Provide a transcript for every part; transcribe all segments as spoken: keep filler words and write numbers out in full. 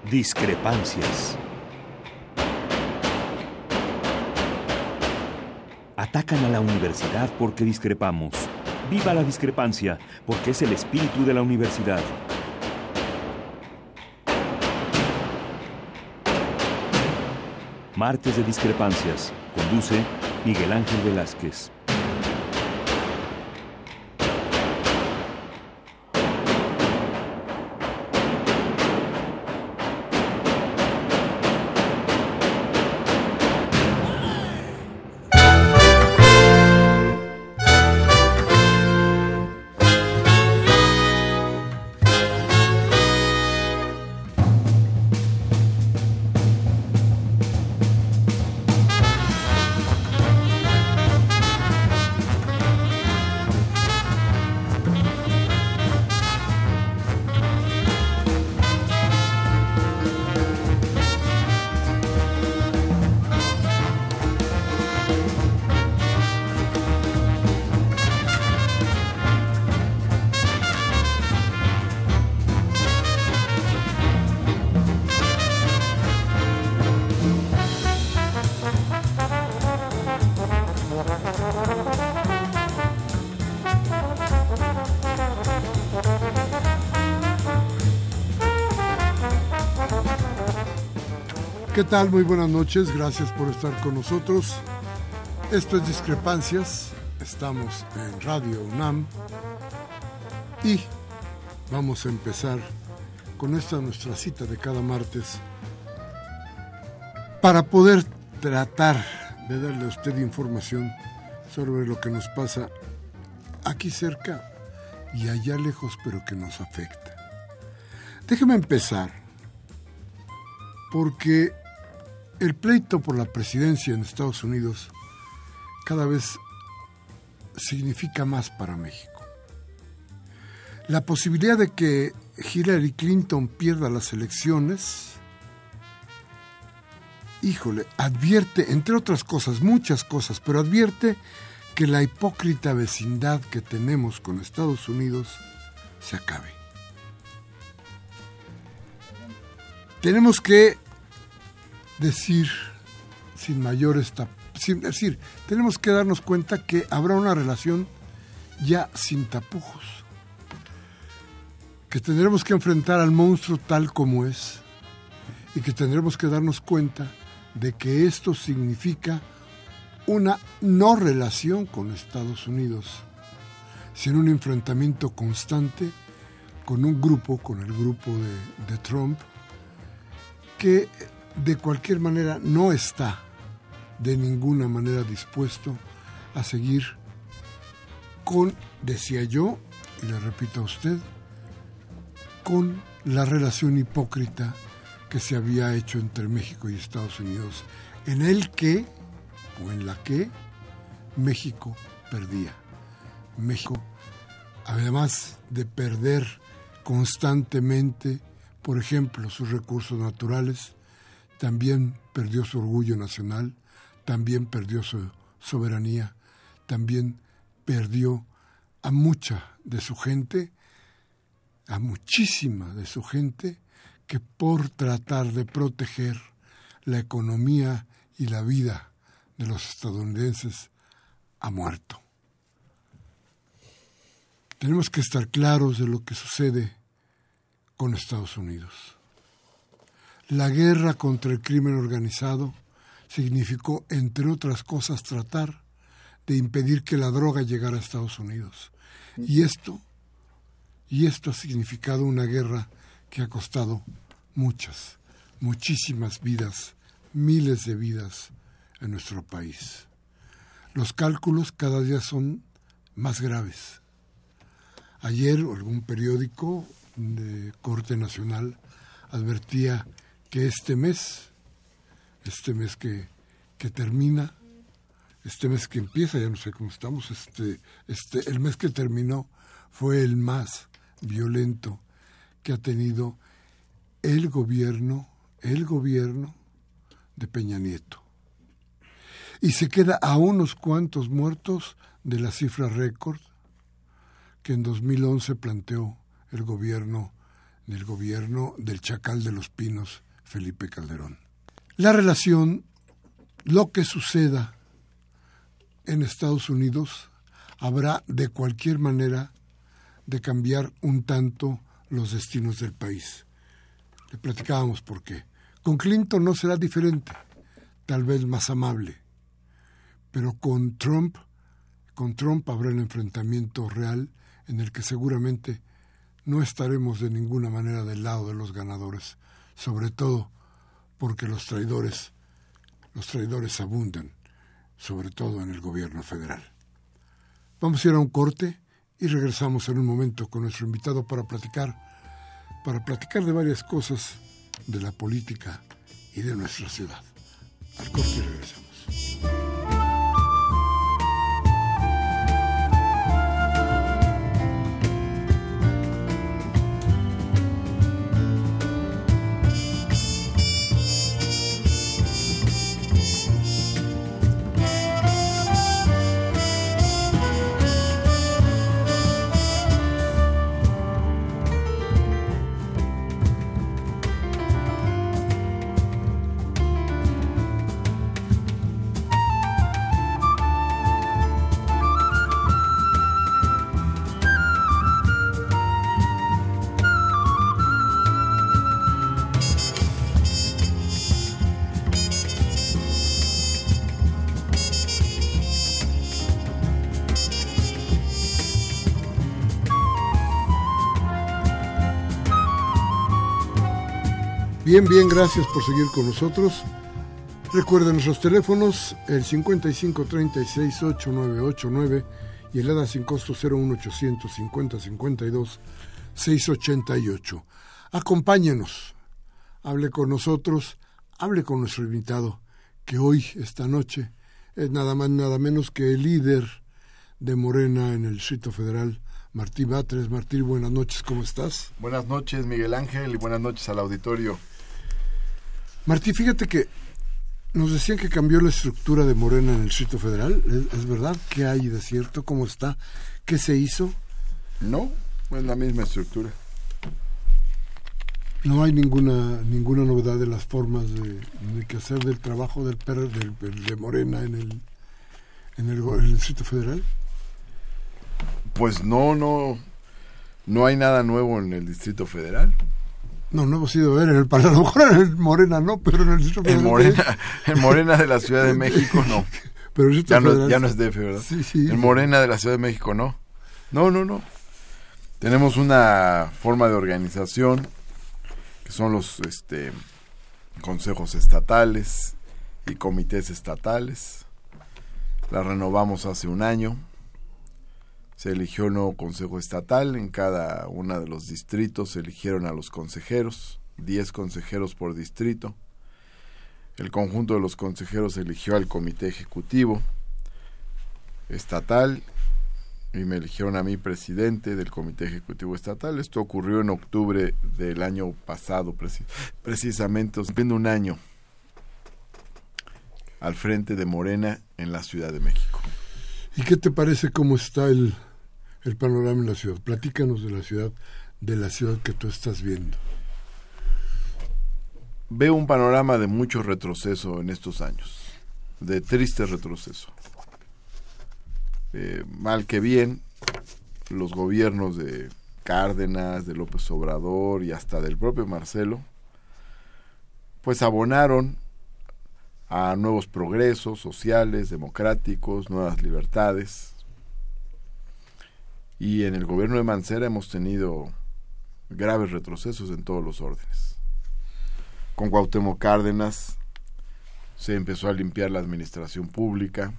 Discrepancias. Atacan a la universidad porque discrepamos. ¡Viva la discrepancia! Porque es el espíritu de la universidad. Martes de Discrepancias. Conduce Miguel Ángel Velázquez. ¿Qué tal? Muy buenas noches, gracias por estar con nosotros. Esto es Discrepancias, estamos en Radio UNAM y vamos a empezar con esta nuestra cita de cada martes para poder tratar de darle a usted información sobre lo que nos pasa aquí cerca y allá lejos, pero que nos afecta. Déjeme empezar porque el pleito por la presidencia en Estados Unidos cada vez significa más para México. La posibilidad de que Hillary Clinton pierda las elecciones, híjole, advierte, entre otras cosas, muchas cosas, pero advierte que la hipócrita vecindad que tenemos con Estados Unidos se acabe. Tenemos que decir sin mayores tap- sin decir, tenemos que darnos cuenta que habrá una relación ya sin tapujos, que tendremos que enfrentar al monstruo tal como es y que tendremos que darnos cuenta de que esto significa una no relación con Estados Unidos, sino un enfrentamiento constante con un grupo, con el grupo de, de Trump, que de cualquier manera no está de ninguna manera dispuesto a seguir con, decía yo, y le repito a usted, con la relación hipócrita que se había hecho entre México y Estados Unidos, en el que, o en la que, México perdía. México, además de perder constantemente, por ejemplo, sus recursos naturales, también perdió su orgullo nacional, también perdió su soberanía, también perdió a mucha de su gente, a muchísima de su gente, que por tratar de proteger la economía y la vida de los estadounidenses ha muerto. Tenemos que estar claros de lo que sucede con Estados Unidos. La guerra contra el crimen organizado significó, entre otras cosas, tratar de impedir que la droga llegara a Estados Unidos. Y esto, y esto ha significado una guerra que ha costado muchas, muchísimas vidas, miles de vidas en nuestro país. Los cálculos cada día son más graves. Ayer algún periódico de corte nacional advertía que este mes, este mes que, que termina, este mes que empieza, ya no sé cómo estamos, este, este, el mes que terminó fue el más violento que ha tenido el gobierno, el gobierno de Peña Nieto. Y se queda a unos cuantos muertos de la cifra récord que en dos mil once planteó el gobierno del gobierno del Chacal de los Pinos, Felipe Calderón. La relación, lo que suceda en Estados Unidos, habrá de cualquier manera de cambiar un tanto los destinos del país. Le platicábamos por qué. Con Clinton no será diferente, tal vez más amable, pero con Trump, con Trump habrá un enfrentamiento real en el que seguramente no estaremos de ninguna manera del lado de los ganadores, sobre todo porque los traidores, los traidores abundan, sobre todo en el gobierno federal. Vamos a ir a un corte y regresamos en un momento con nuestro invitado para platicar, para platicar de varias cosas de la política y de nuestra ciudad. Al corte y regresamos. Bien, bien, gracias por seguir con nosotros. Recuerden nuestros teléfonos, el cincuenta y cinco treinta y seis ochenta y nueve ochenta y nueve y el A D A sin costo cero uno ochocientos cincuenta cincuenta y dos seiscientos ochenta y ocho. Acompáñenos, hable con nosotros, hable con nuestro invitado, que hoy, esta noche, es nada más nada menos que el líder de Morena en el Distrito Federal, Martí Batres. Martí, buenas noches, ¿cómo estás? Buenas noches, Miguel Ángel, y buenas noches al auditorio. Martí, fíjate que nos decían que cambió la estructura de Morena en el Distrito Federal. ¿Es, es verdad? ¿Qué hay de cierto? ¿Cómo está? ¿Qué se hizo? No, es la misma estructura. No hay ninguna ninguna novedad de las formas de, de que hacer del trabajo del, del, del de Morena en el en el, en el Distrito Federal. Pues no, no, no hay nada nuevo en el Distrito Federal. No, no hemos ido a ver, en el, a lo mejor en el Morena no, pero en el Distrito Federal. En Morena, en Morena de la Ciudad de México no. Pero el ya, Federal, no ya no es D F, ¿verdad? Sí, sí. En Morena de la Ciudad de México no. No, no, no. Tenemos una forma de organización que son los este, consejos estatales y comités estatales. La renovamos hace un año. Se eligió un nuevo consejo estatal. En cada uno de los distritos se eligieron a los consejeros, diez consejeros por distrito. El conjunto de los consejeros eligió al comité ejecutivo estatal y me eligieron a mí presidente del comité ejecutivo estatal. Esto ocurrió en octubre del año pasado, precis- precisamente, cumpliendo un año al frente de Morena en la Ciudad de México. ¿Y qué te parece cómo está el, el panorama en la ciudad? Platícanos de la ciudad, de la ciudad que tú estás viendo. Veo un panorama de mucho retroceso en estos años, de triste retroceso. Eh, mal que bien, los gobiernos de Cárdenas, de López Obrador y hasta del propio Marcelo, pues abonaron a nuevos progresos sociales, democráticos, nuevas libertades. Y en el gobierno de Mancera hemos tenido graves retrocesos en todos los órdenes. Con Cuauhtémoc Cárdenas se empezó a limpiar la administración pública,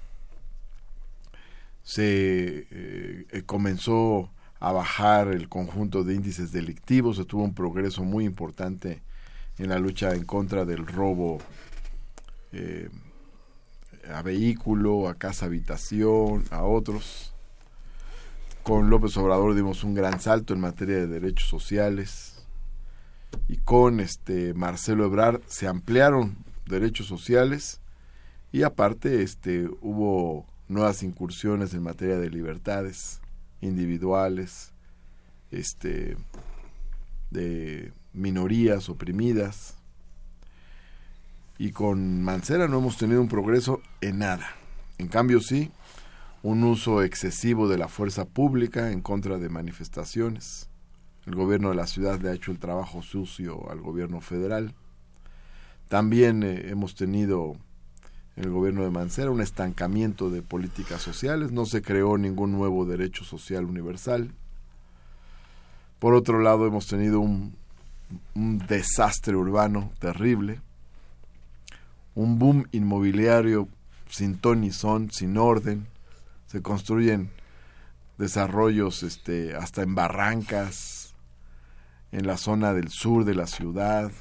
se eh, comenzó a bajar el conjunto de índices delictivos, se tuvo un progreso muy importante en la lucha en contra del robo eh, a vehículo, a casa habitación, a otros. Con López Obrador dimos un gran salto en materia de derechos sociales y con este Marcelo Ebrard se ampliaron derechos sociales y aparte este hubo nuevas incursiones en materia de libertades individuales, este de minorías oprimidas. Y con Mancera no hemos tenido un progreso en nada. En cambio sí, un uso excesivo de la fuerza pública en contra de manifestaciones. El gobierno de la ciudad le ha hecho el trabajo sucio al gobierno federal. También eh, hemos tenido en el gobierno de Mancera un estancamiento de políticas sociales. No se creó ningún nuevo derecho social universal. Por otro lado, hemos tenido un, un desastre urbano terrible. Un boom inmobiliario sin ton ni son, sin orden. Se construyen desarrollos este, hasta en barrancas, en la zona del sur de la ciudad.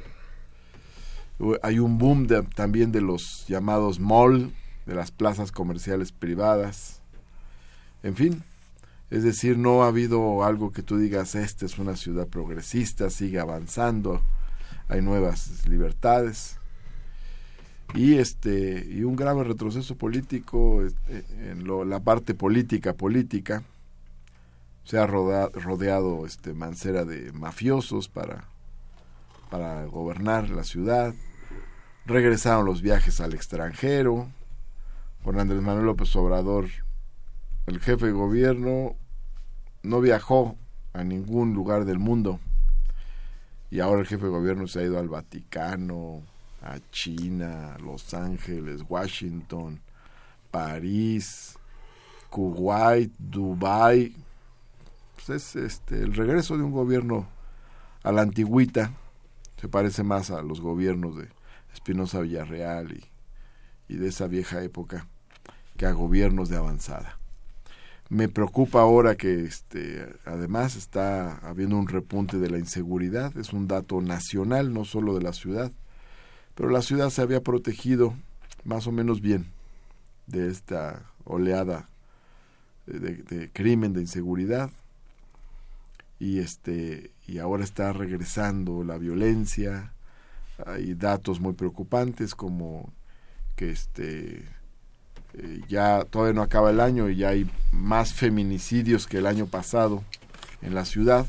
Hay un boom de, también de los llamados mall, de las plazas comerciales privadas. En fin, es decir, no ha habido algo que tú digas, esta es una ciudad progresista, sigue avanzando, hay nuevas libertades. Y este y un grave retroceso político en lo, la parte política política. Se ha rodeado, rodeado este Mancera de mafiosos para para gobernar la ciudad. Regresaron los viajes al extranjero. Con Andrés Manuel López Obrador, el jefe de gobierno, no viajó a ningún lugar del mundo. Y ahora el jefe de gobierno se ha ido al Vaticano, a China, Los Ángeles, Washington, París, Kuwait, Dubái. Pues es este el regreso de un gobierno a la antigüita. Se parece más a los gobiernos de Espinosa Villarreal y, y de esa vieja época que a gobiernos de avanzada. Me preocupa ahora que este además está habiendo un repunte de la inseguridad. Es un dato nacional, no solo de la ciudad. Pero la ciudad se había protegido más o menos bien de esta oleada de, de crimen, de inseguridad, y este y ahora está regresando la violencia. Hay datos muy preocupantes como que este eh, ya todavía no acaba el año y ya hay más feminicidios que el año pasado en la ciudad.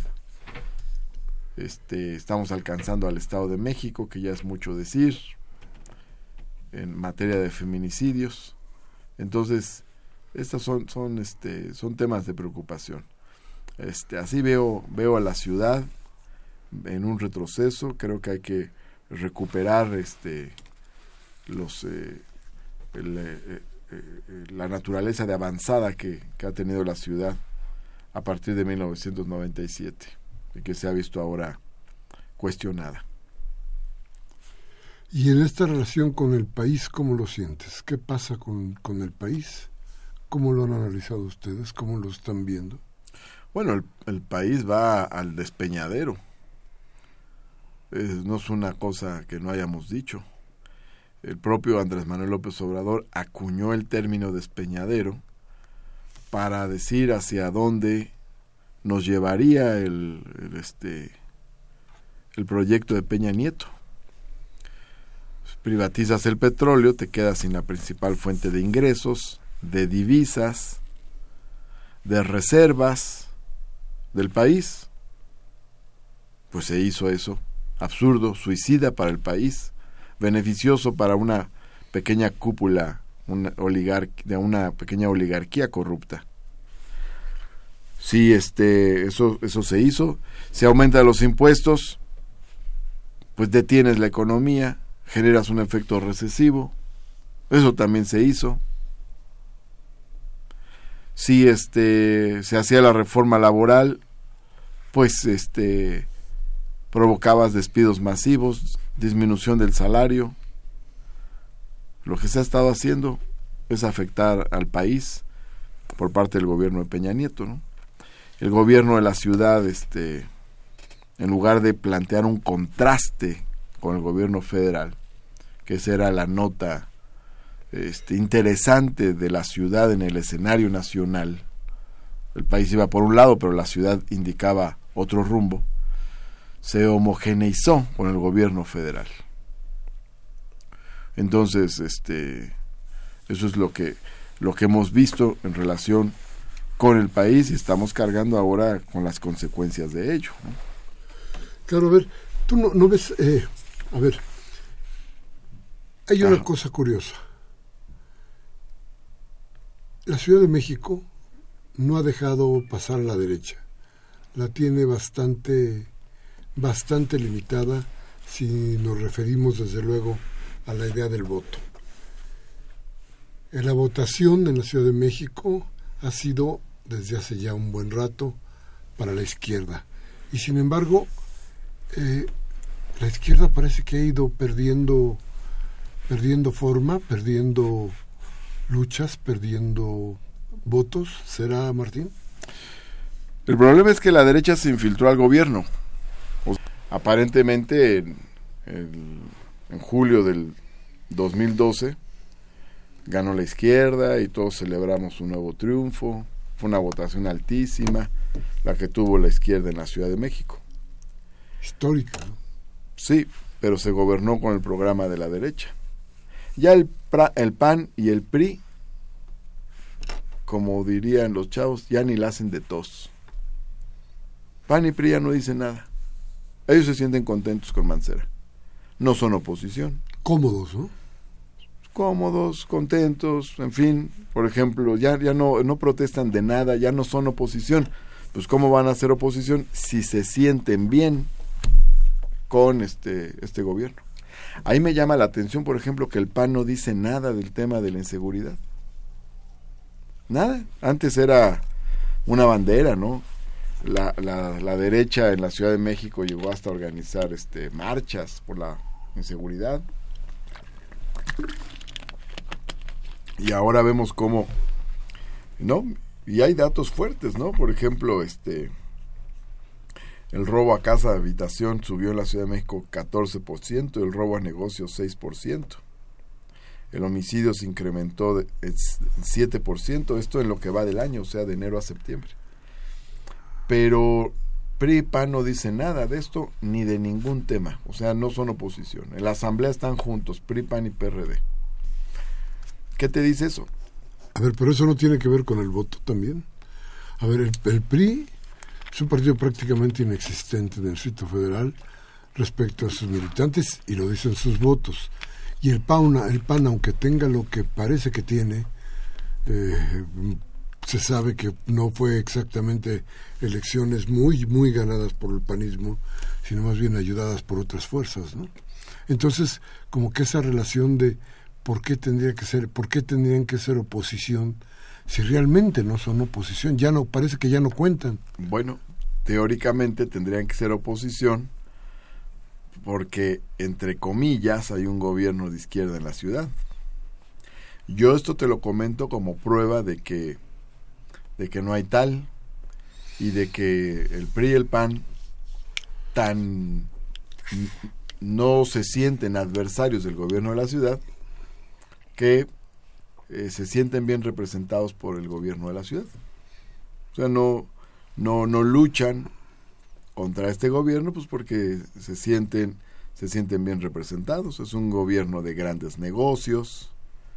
Este, estamos alcanzando al Estado de México, que ya es mucho decir en materia de feminicidios. Entonces, estos son son este son temas de preocupación. Este, así veo veo a la ciudad en un retroceso. Creo que hay que recuperar este los eh, el, eh, eh, la naturaleza de avanzada que, que ha tenido la ciudad a partir de mil novecientos noventa y siete. Y que se ha visto ahora cuestionada. Y en esta relación con el país, ¿cómo lo sientes? ¿Qué pasa con, con el país? ¿Cómo lo han analizado ustedes? ¿Cómo lo están viendo? Bueno, el, el país va al despeñadero. Es, no es una cosa que no hayamos dicho. El propio Andrés Manuel López Obrador acuñó el término despeñadero para decir hacia dónde nos llevaría el, el este el proyecto de Peña Nieto. Privatizas el petróleo, te quedas sin la principal fuente de ingresos, de divisas, de reservas del país. Pues se hizo eso, absurdo, suicida para el país, beneficioso para una pequeña cúpula, una oligar- de una pequeña oligarquía corrupta. Sí, este, eso, eso se hizo. Se aumentan los impuestos, pues detienes la economía, generas un efecto recesivo. Eso también se hizo. Sí, este, se hacía la reforma laboral, pues, este, provocabas despidos masivos, disminución del salario. Lo que se ha estado haciendo es afectar al país por parte del gobierno de Peña Nieto, ¿no? El gobierno de la ciudad, este, en lugar de plantear un contraste con el gobierno federal, que esa era la nota este, interesante de la ciudad en el escenario nacional, el país iba por un lado, pero la ciudad indicaba otro rumbo, se homogeneizó con el gobierno federal. Entonces, este, eso es lo que lo que hemos visto en relación con el país y estamos cargando ahora con las consecuencias de ello, ¿no? Claro, a ver, tú no, no ves, eh, a ver, hay una Ajá. cosa curiosa. La Ciudad de México no ha dejado pasar a la derecha. La tiene bastante, bastante limitada si nos referimos desde luego a la idea del voto. En la votación en la Ciudad de México ha sido desde hace ya un buen rato para la izquierda. Y sin embargo, eh, la izquierda parece que ha ido perdiendo, perdiendo forma, perdiendo luchas, perdiendo votos. ¿Será, Martín? El problema es que la derecha se infiltró al gobierno. O sea, aparentemente en, en, en julio del dos mil doce ganó la izquierda y todos celebramos un nuevo triunfo. Fue una votación altísima la que tuvo la izquierda en la Ciudad de México. Histórica, ¿no? Sí, pero se gobernó con el programa de la derecha. Ya el, pra, el P A N y el P R I, como dirían los chavos, ya ni la hacen de tos. P A N y P R I ya no dicen nada. Ellos se sienten contentos con Mancera. No son oposición. Cómodos, ¿no? Cómodos, contentos, en fin. Por ejemplo, ya, ya no, no protestan de nada, ya no son oposición. Pues ¿cómo van a ser oposición si se sienten bien con este, este gobierno? Ahí me llama la atención, por ejemplo, que el P A N no dice nada del tema de la inseguridad. Nada. Antes era una bandera, ¿no? La, la, la derecha en la Ciudad de México llegó hasta organizar este, marchas por la inseguridad. Y ahora vemos cómo, ¿no? Y hay datos fuertes, ¿no? Por ejemplo, este el robo a casa de habitación subió en la Ciudad de México catorce por ciento, el robo a negocios seis por ciento. El homicidio se incrementó de siete por ciento, esto en lo que va del año, o sea, de enero a septiembre. Pero P R I y P A N no dicen nada de esto, ni de ningún tema, o sea, no son oposición. En la asamblea están juntos, P R I, P A N y P R D. ¿Qué te dice eso? A ver, pero eso no tiene que ver con el voto también. A ver, el, el P R I es un partido prácticamente inexistente en el Distrito Federal respecto a sus militantes, y lo dicen sus votos. Y el P A N, el P A N aunque tenga lo que parece que tiene, eh, se sabe que no fue exactamente elecciones muy, muy ganadas por el panismo, sino más bien ayudadas por otras fuerzas, ¿no? Entonces, como que esa relación de ¿por qué tendría que ser, por qué tendrían que ser oposición si realmente no son oposición? Ya no, parece que ya no cuentan. Bueno, teóricamente tendrían que ser oposición porque, entre comillas, hay un gobierno de izquierda en la ciudad. Yo esto te lo comento como prueba de que de que no hay tal, y de que el P R I y el P A N tan no se sienten adversarios del gobierno de la ciudad, que eh, se sienten bien representados por el gobierno de la ciudad. O sea, no, no, no luchan contra este gobierno, pues porque se sienten, se sienten bien representados. Es un gobierno de grandes negocios.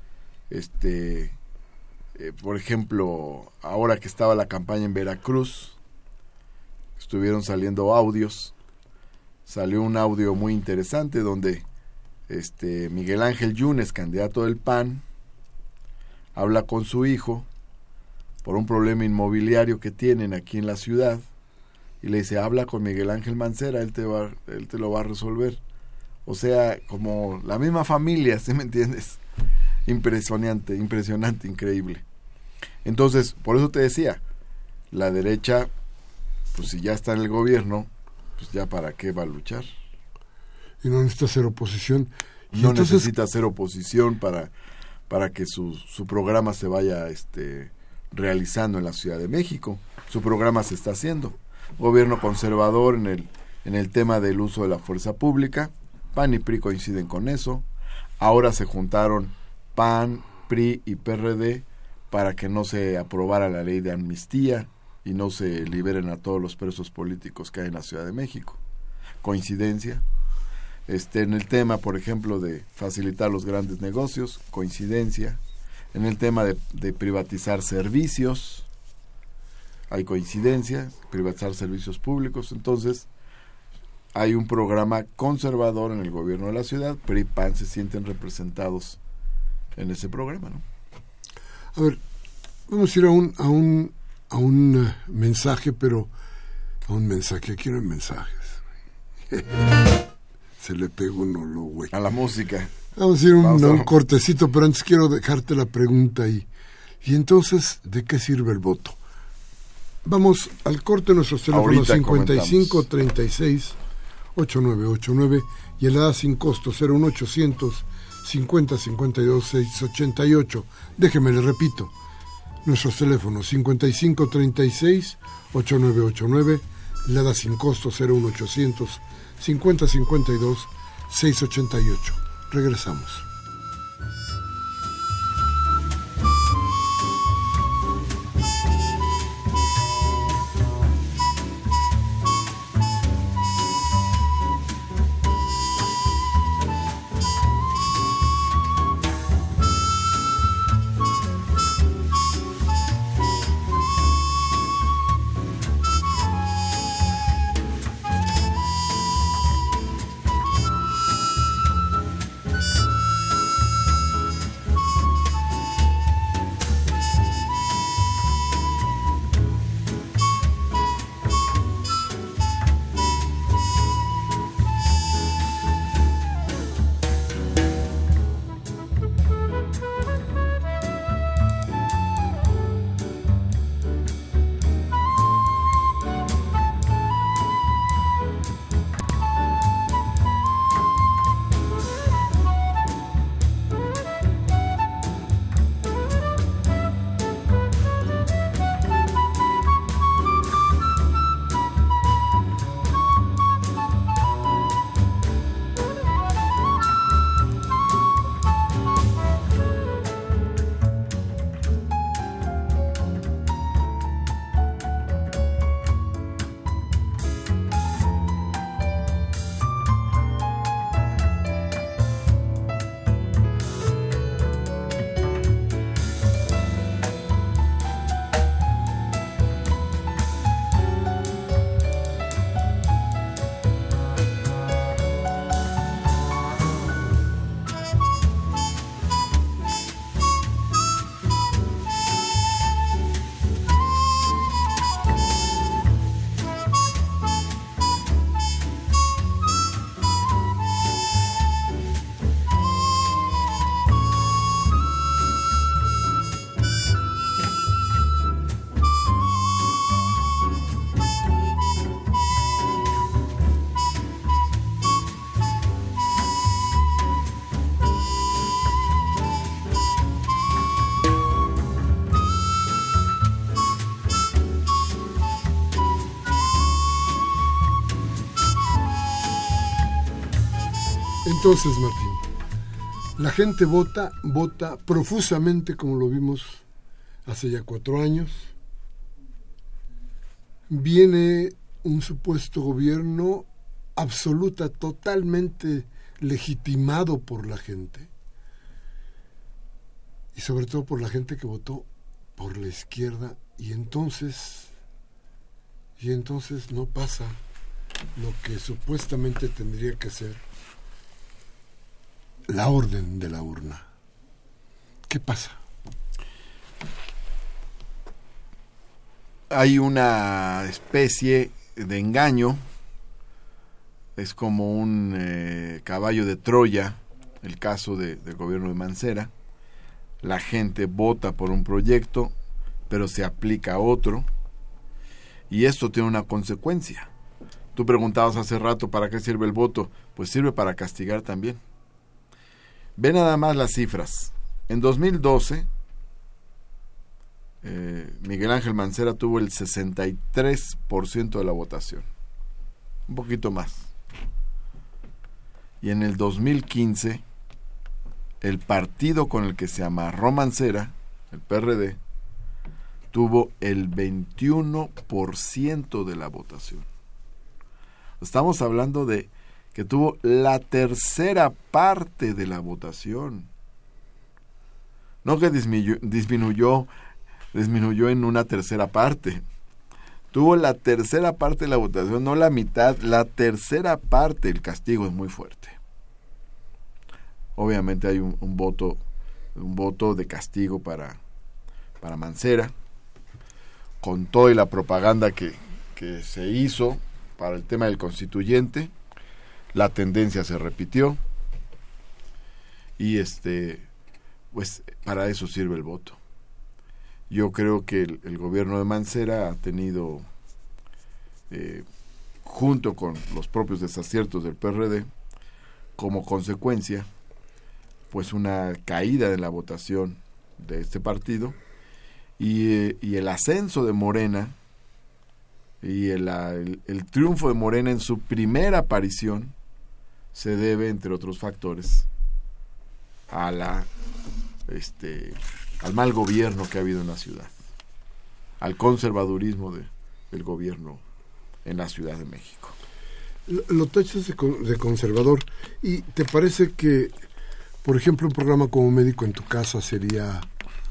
Este, eh, por ejemplo, ahora que estaba la campaña en Veracruz, estuvieron saliendo audios. Salió un audio muy interesante donde Este, Miguel Ángel Yunes, candidato del P A N, habla con su hijo por un problema inmobiliario que tienen aquí en la ciudad, y le dice, habla con Miguel Ángel Mancera, él te va, él te lo va a resolver. O sea, como la misma familia, ¿sí me entiendes? Impresionante, impresionante, increíble. Entonces, por eso te decía, la derecha, pues si ya está en el gobierno, pues ya para qué va a luchar. Y no necesita ser oposición. Y no entonces, necesita ser oposición para, para que su, su programa se vaya este, realizando en la Ciudad de México. Su programa se está haciendo. Gobierno conservador en el, en el tema del uso de la fuerza pública. P A N y P R I coinciden con eso. Ahora se juntaron P A N, P R I y P R D para que no se aprobara la ley de amnistía y no se liberen a todos los presos políticos que hay en la Ciudad de México. Coincidencia. Este, en el tema, por ejemplo, de facilitar los grandes negocios, coincidencia. En el tema de, de privatizar servicios, hay coincidencia, privatizar servicios públicos. Entonces, hay un programa conservador en el gobierno de la ciudad. P R I, P A N se sienten representados en ese programa, ¿no? A ver, vamos a ir a un a un a un uh, mensaje, pero a un mensaje, aquí no hay mensajes. Se le pegó uno lo güey. A la música. Vamos a ir a un, Vamos a... a un cortecito, pero antes quiero dejarte la pregunta ahí. Y entonces, ¿de qué sirve el voto? Vamos al corte, nuestros teléfonos Ahorita cincuenta y cinco, comentamos. treinta y seis, ochenta y nueve ochenta y nueve y el A D A sin costo cero uno ochocientos cincuenta cincuenta y dos seiscientos ochenta y ocho. Déjeme, le repito, nuestros teléfonos cincuenta y cinco, treinta y seis, ochenta y nueve ochenta y nueve, el A D A sin costo cero uno ochocientos cincuenta cincuenta y dos seiscientos ochenta y ocho. Regresamos. Entonces, Martín, la gente vota, vota profusamente, como lo vimos hace ya cuatro años. Viene un supuesto gobierno absoluta, totalmente legitimado por la gente. Y sobre todo por la gente que votó por la izquierda. Y entonces, y entonces no pasa lo que supuestamente tendría que ser la orden de la urna. ¿Qué pasa? Hay una especie de engaño, es como un eh, caballo de Troya, el caso de, del gobierno de Mancera. La gente vota por un proyecto, pero se aplica a otro, y esto tiene una consecuencia. Tú preguntabas hace rato para qué sirve el voto, pues sirve para castigar también. Ve nada más las cifras. En dos mil doce, eh, Miguel Ángel Mancera tuvo el sesenta y tres por ciento de la votación, un poquito más. Y en el dos mil quince, el partido con el que se amarró Mancera, el P R D, tuvo el veintiuno por ciento de la votación. Estamos hablando de que tuvo la tercera parte de la votación. No que disminuyó, disminuyó, disminuyó en una tercera parte. tuvo la tercera parte de la votación, no la mitad, la tercera parte. El castigo es muy fuerte. Obviamente hay un, un voto, un voto de castigo para, para Mancera, con toda la propaganda que, que se hizo para el tema del constituyente. La tendencia se repitió y este pues para eso sirve el voto. Yo creo que el, el gobierno de Mancera ha tenido, eh, junto con los propios desaciertos del P R D, como consecuencia, pues una caída en la votación de este partido y, eh, y el ascenso de Morena y el, el, el triunfo de Morena en su primera aparición se debe, entre otros factores, a la este al mal gobierno que ha habido en la ciudad, al conservadurismo de, del gobierno en la Ciudad de México. Lo, lo tachas de, de conservador. ¿Y te parece que, por ejemplo, un programa como Médico en tu Casa sería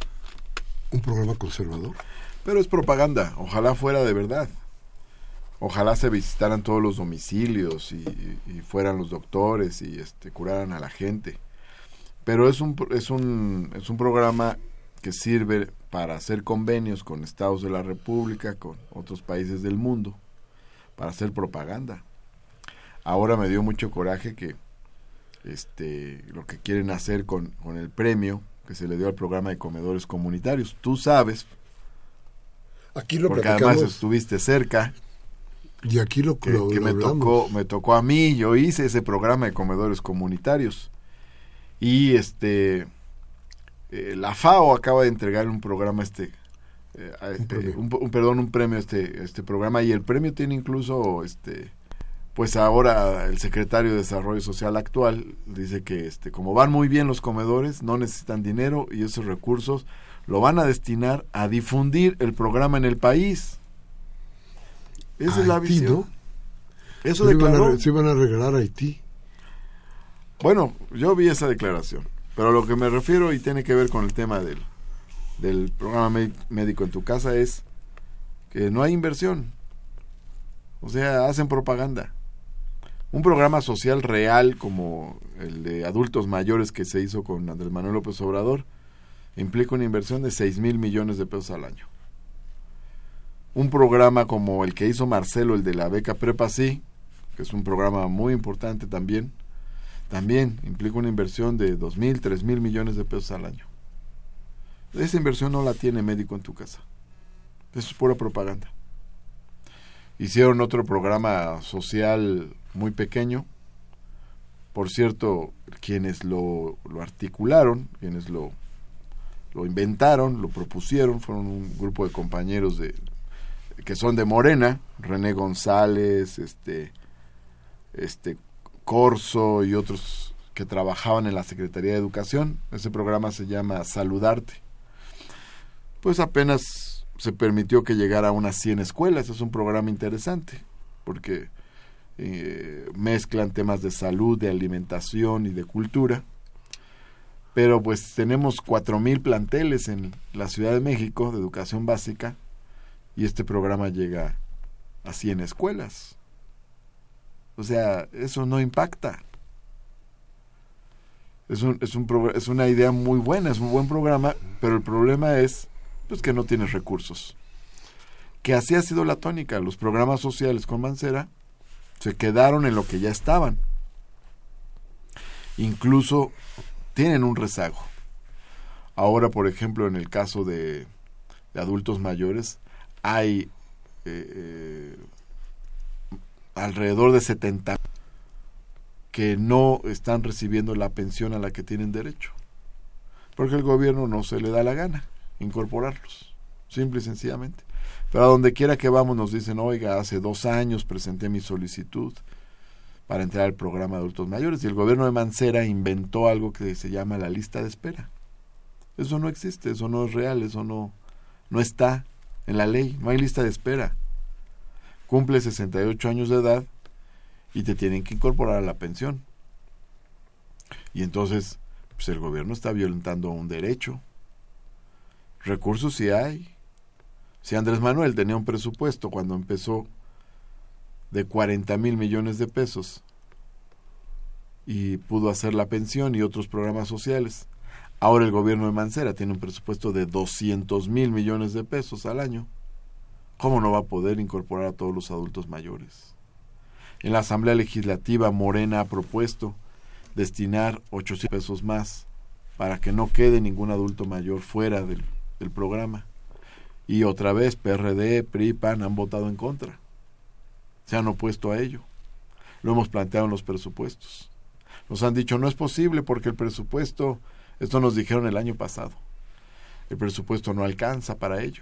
un programa conservador? Pero es propaganda, ojalá fuera de verdad. Ojalá se visitaran todos los domicilios y, y fueran los doctores y este curaran a la gente. Pero es un es un es un programa que sirve para hacer convenios con estados de la República, con otros países del mundo, para hacer propaganda. Ahora me dio mucho coraje que este lo que quieren hacer con, con el premio que se le dio al programa de comedores comunitarios. Tú sabes, aquí lo porque platicamos. además estuviste cerca, y aquí lo que, lo, que lo me hablamos. tocó me tocó a mí. Yo hice ese programa de comedores comunitarios y este eh, la FAO acaba de entregar un programa este eh, un, eh, un, un perdón un premio a este este programa, y el premio tiene incluso este pues ahora el secretario de Desarrollo Social actual dice que este como van muy bien los comedores, no necesitan dinero y esos recursos lo van a destinar a difundir el programa en el país. Esa a es la Haití, visión. ¿no? Eso Se iban, declaró. a, se iban a regalar a Haití. Bueno, yo vi esa declaración, pero lo que me refiero y tiene que ver con el tema del, del programa Médico en tu Casa es que no hay inversión. O sea, hacen propaganda. Un programa social real como el de adultos mayores que se hizo con Andrés Manuel López Obrador implica una inversión de seis mil millones de pesos al año. Un programa como el que hizo Marcelo, el de la beca Prepa Sí, que es un programa muy importante también, también implica una inversión de dos mil, tres mil millones de pesos al año. Esa inversión no la tiene Médico en tu Casa. Eso es pura propaganda. Hicieron otro programa social muy pequeño. Por cierto, quienes lo, lo articularon, quienes lo, lo inventaron, lo propusieron, fueron un grupo de compañeros de que son de Morena, René González, este, este Corso y otros que trabajaban en la Secretaría de Educación. Ese programa se llama Saludarte. Pues apenas se permitió que llegara a unas cien escuelas. Es un programa interesante porque eh, mezclan temas de salud, de alimentación y de cultura. Pero pues tenemos cuatro mil planteles en la Ciudad de México de educación básica y este programa llega a cien escuelas. O sea, eso no impacta. Es un, es un pro, es una idea muy buena, es un buen programa, pero el problema es pues que no tienes recursos. Que así ha sido la tónica. Los programas sociales con Mancera se quedaron en lo que ya estaban. Incluso tienen un rezago. Ahora, por ejemplo, en el caso de, de adultos mayores, hay eh, eh, alrededor de setenta que no están recibiendo la pensión a la que tienen derecho, porque el gobierno no se le da la gana incorporarlos, simple y sencillamente. Pero a donde quiera que vamos nos dicen, oiga, hace dos años presenté mi solicitud para entrar al programa de adultos mayores, y el gobierno de Mancera inventó algo que se llama la lista de espera. Eso no existe, eso no es real, eso no, no está en la ley, no hay lista de espera. Cumple sesenta y ocho años de edad y te tienen que incorporar a la pensión. Y entonces, pues el gobierno está violentando un derecho. Recursos sí hay. Si Andrés Manuel tenía un presupuesto cuando empezó de cuarenta mil millones de pesos y pudo hacer la pensión y otros programas sociales, ahora el gobierno de Mancera tiene un presupuesto de doscientos mil millones de pesos al año. ¿Cómo no va a poder incorporar a todos los adultos mayores? En la Asamblea Legislativa, Morena ha propuesto destinar ochocientos pesos más para que no quede ningún adulto mayor fuera del, del programa. Y otra vez P R D, P R I, P A N han votado en contra. Se han opuesto a ello. Lo hemos planteado en los presupuestos. Nos han dicho, no es posible porque el presupuesto, esto nos dijeron el año pasado, el presupuesto no alcanza para ello.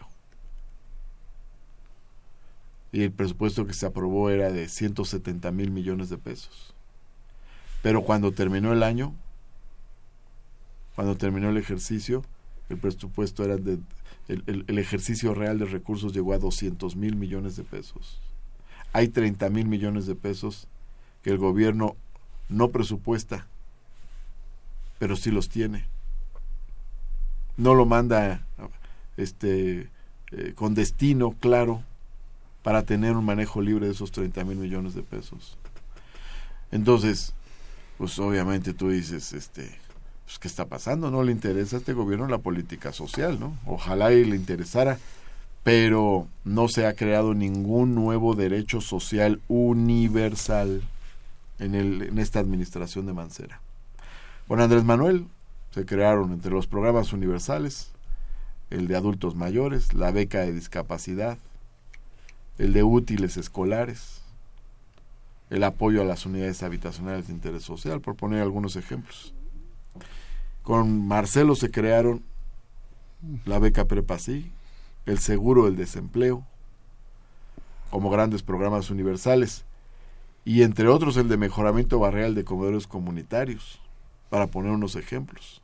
Y el presupuesto que se aprobó era de ciento setenta mil millones de pesos. Pero cuando terminó el año, cuando terminó el ejercicio, el presupuesto era de, el, el, el ejercicio real de recursos llegó a doscientos mil millones de pesos. Hay treinta mil millones de pesos que el gobierno no presupuesta, pero sí los tiene. No lo manda este eh, con destino claro para tener un manejo libre de esos treinta mil millones de pesos. Entonces, pues obviamente tú dices, este, pues ¿qué está pasando? No le interesa a este gobierno la política social, ¿no? Ojalá y le interesara, pero no se ha creado ningún nuevo derecho social universal en, el, en esta administración de Mancera. Con Andrés Manuel se crearon entre los programas universales el de adultos mayores, la beca de discapacidad, el de útiles escolares, el apoyo a las unidades habitacionales de interés social, por poner algunos ejemplos. Con Marcelo se crearon la beca Prepasí, el seguro del desempleo, como grandes programas universales, y entre otros el de mejoramiento barrial de comedores comunitarios, para poner unos ejemplos.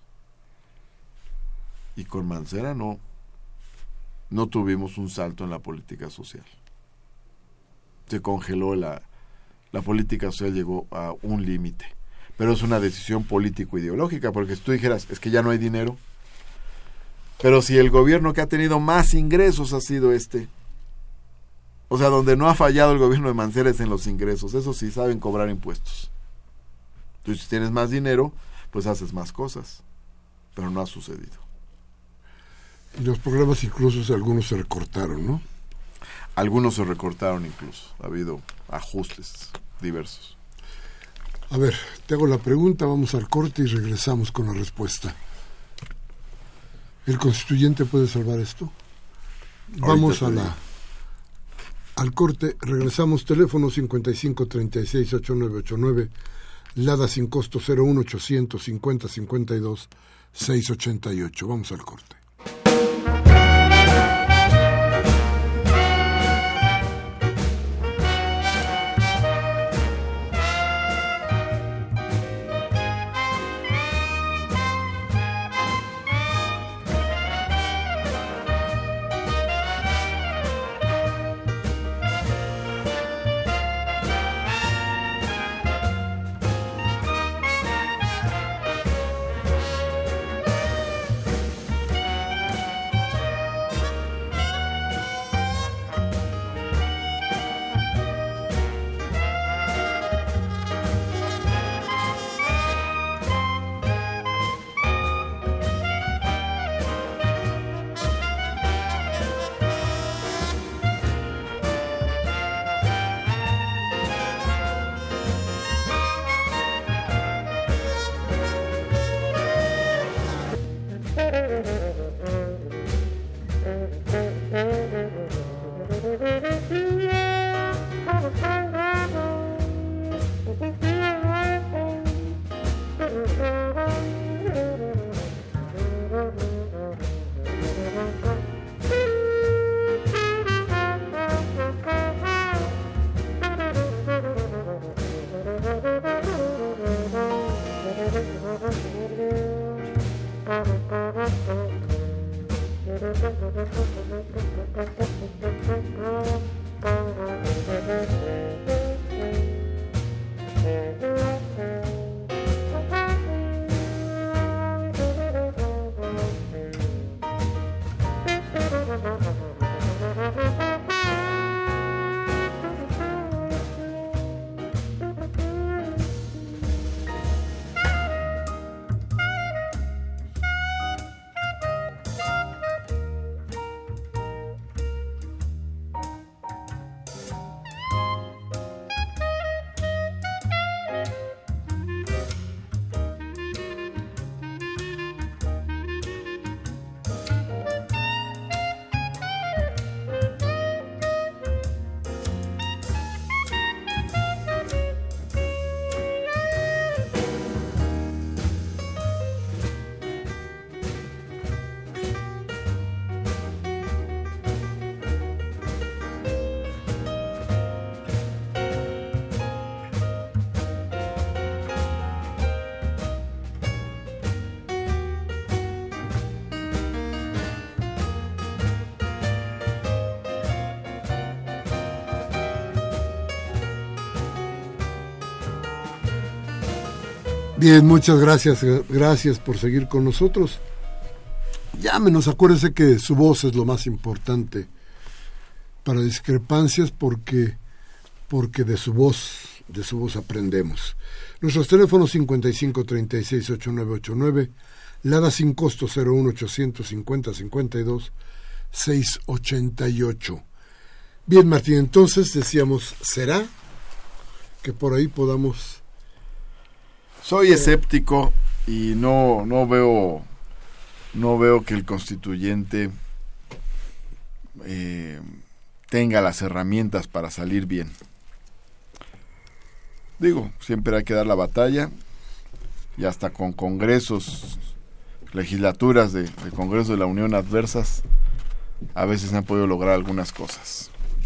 Y con Mancera no, no tuvimos un salto en la política social. Se congeló la, la política social, llegó a un límite. Pero es una decisión político-ideológica, porque si tú dijeras, es que ya no hay dinero, pero si el gobierno que ha tenido más ingresos ha sido este, o sea, donde no ha fallado el gobierno de Mancera es en los ingresos, eso sí, saben cobrar impuestos. Entonces, si tienes más dinero, pues haces más cosas, pero no ha sucedido. Y los programas incluso algunos se recortaron, ¿no? Algunos se recortaron incluso, ha habido ajustes diversos. A ver, te hago la pregunta, vamos al corte y regresamos con la respuesta. ¿El constituyente puede salvar esto? Ahorita vamos a la, al corte, regresamos, teléfono cincuenta y cinco, treinta y seis, ochenta y nueve ochenta y nueve, Lada sin costo cero uno ochocientos cincuenta cincuenta y dos seiscientos ochenta y ocho. Vamos al corte. Bien, muchas gracias, gracias por seguir con nosotros. Llámenos, acuérdense que su voz es lo más importante para Discrepancias, porque, porque de su voz, de su voz aprendemos. Nuestros teléfonos cincuenta y cinco, treinta y seis, ochenta y nueve ochenta y nueve, Lada sin costo cero uno ochocientos cincuenta, cincuenta y dos, seiscientos ochenta y ocho. Bien, Martín, entonces decíamos, ¿será que por ahí podamos? Soy escéptico y no no veo no veo que el constituyente eh, tenga las herramientas para salir bien. Digo, siempre hay que dar la batalla, y hasta con congresos, legislaturas de, de Congreso de la Unión adversas, a veces se han podido lograr algunas cosas.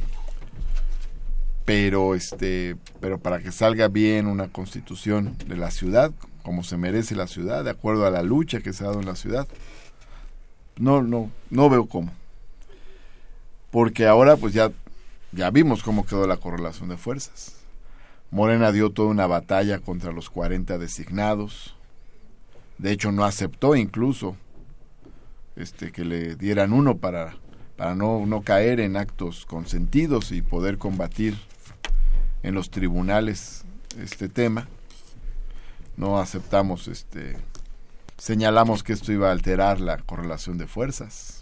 Pero este, pero para que salga bien una constitución de la ciudad, como se merece la ciudad, de acuerdo a la lucha que se ha dado en la ciudad, no, no, no veo cómo. Porque ahora pues ya, ya vimos cómo quedó la correlación de fuerzas. Morena dio toda una batalla contra los cuarenta designados. De hecho, no aceptó incluso este que le dieran uno para, para no, no caer en actos consentidos y poder combatir en los tribunales este tema. No aceptamos, este, señalamos que esto iba a alterar la correlación de fuerzas.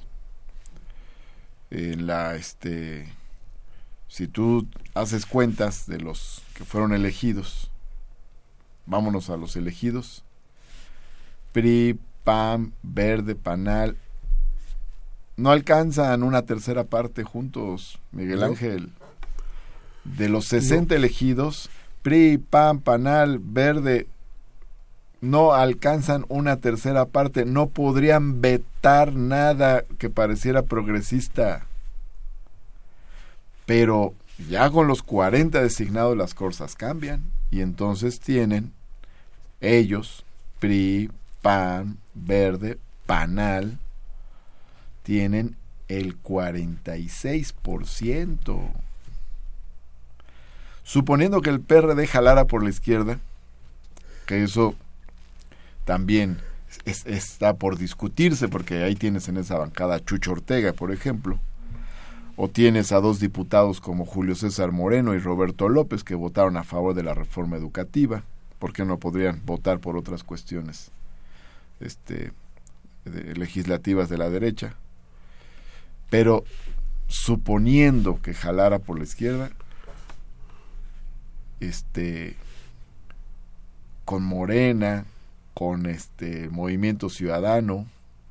En la, este, si tú haces cuentas de los que fueron elegidos, vámonos a los elegidos: P R I, P A N, Verde, Panal, no alcanzan una tercera parte juntos, Miguel no. Ángel. De los sesenta no. elegidos, P R I, P A N, Panal, Verde, no alcanzan una tercera parte, no podrían vetar nada que pareciera progresista. Pero ya con los cuarenta designados las cosas cambian, y entonces tienen ellos, P R I, P A N, Verde, Panal, tienen el cuarenta y seis por ciento. Suponiendo que el P R D jalara por la izquierda, que eso también es, está por discutirse, porque ahí tienes en esa bancada a Chucho Ortega, por ejemplo, o tienes a dos diputados como Julio César Moreno y Roberto López, que votaron a favor de la reforma educativa, porque no podrían votar por otras cuestiones este, de, legislativas de la derecha. Pero suponiendo que jalara por la izquierda, este, con Morena, con este Movimiento Ciudadano,